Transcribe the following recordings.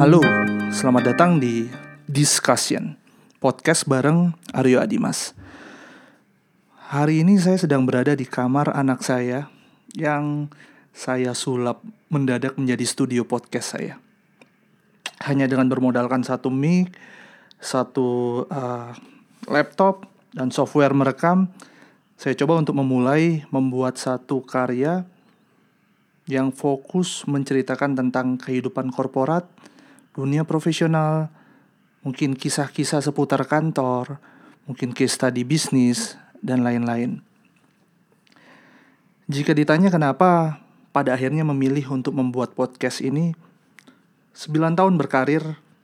Halo, selamat datang di Discussion, podcast bareng Aryo Adimas. Hari ini saya sedang berada di kamar anak saya yang saya sulap mendadak menjadi studio podcast saya. Hanya dengan bermodalkan satu mic, satu laptop, dan software merekam, saya coba untuk memulai membuat satu karya yang fokus menceritakan tentang kehidupan korporat, dunia profesional, mungkin kisah-kisah seputar kantor, mungkin case study bisnis, dan lain-lain. Jika ditanya kenapa pada akhirnya memilih untuk membuat podcast ini, 9 tahun berkarir,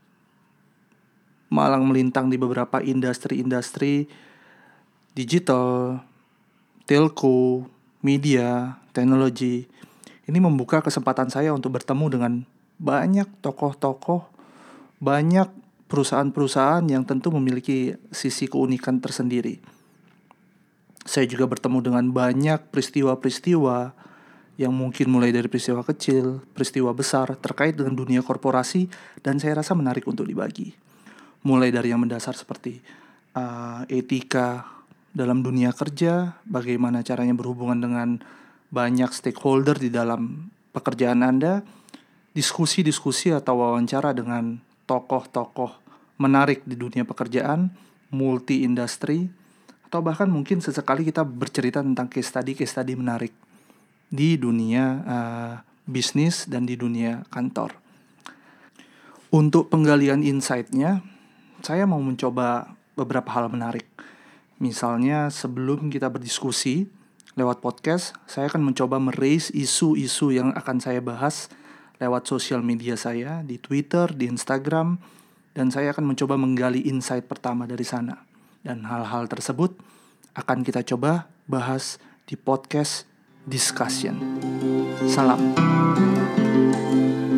malang melintang di beberapa industri-industri digital, telco, media, teknologi. Ini membuka kesempatan saya untuk bertemu dengan banyak tokoh-tokoh, banyak perusahaan-perusahaan yang tentu memiliki sisi keunikan tersendiri. Saya juga bertemu dengan banyak peristiwa-peristiwa yang mungkin mulai dari peristiwa kecil, peristiwa besar terkait dengan dunia korporasi, dan saya rasa menarik untuk dibagi. Mulai dari yang mendasar seperti etika dalam dunia kerja, bagaimana caranya berhubungan dengan banyak stakeholder di dalam pekerjaan Anda, diskusi-diskusi atau wawancara dengan tokoh-tokoh menarik di dunia pekerjaan, multi-industri, atau bahkan mungkin sesekali kita bercerita tentang case study menarik di dunia bisnis dan di dunia kantor. Untuk penggalian insight-nya, saya mau mencoba beberapa hal menarik. Misalnya sebelum kita berdiskusi lewat podcast, saya akan mencoba meraise isu-isu yang akan saya bahas lewat sosial media saya, di Twitter, di Instagram, dan saya akan mencoba menggali insight pertama dari sana. Dan hal-hal tersebut akan kita coba bahas di podcast Discussion. Salam.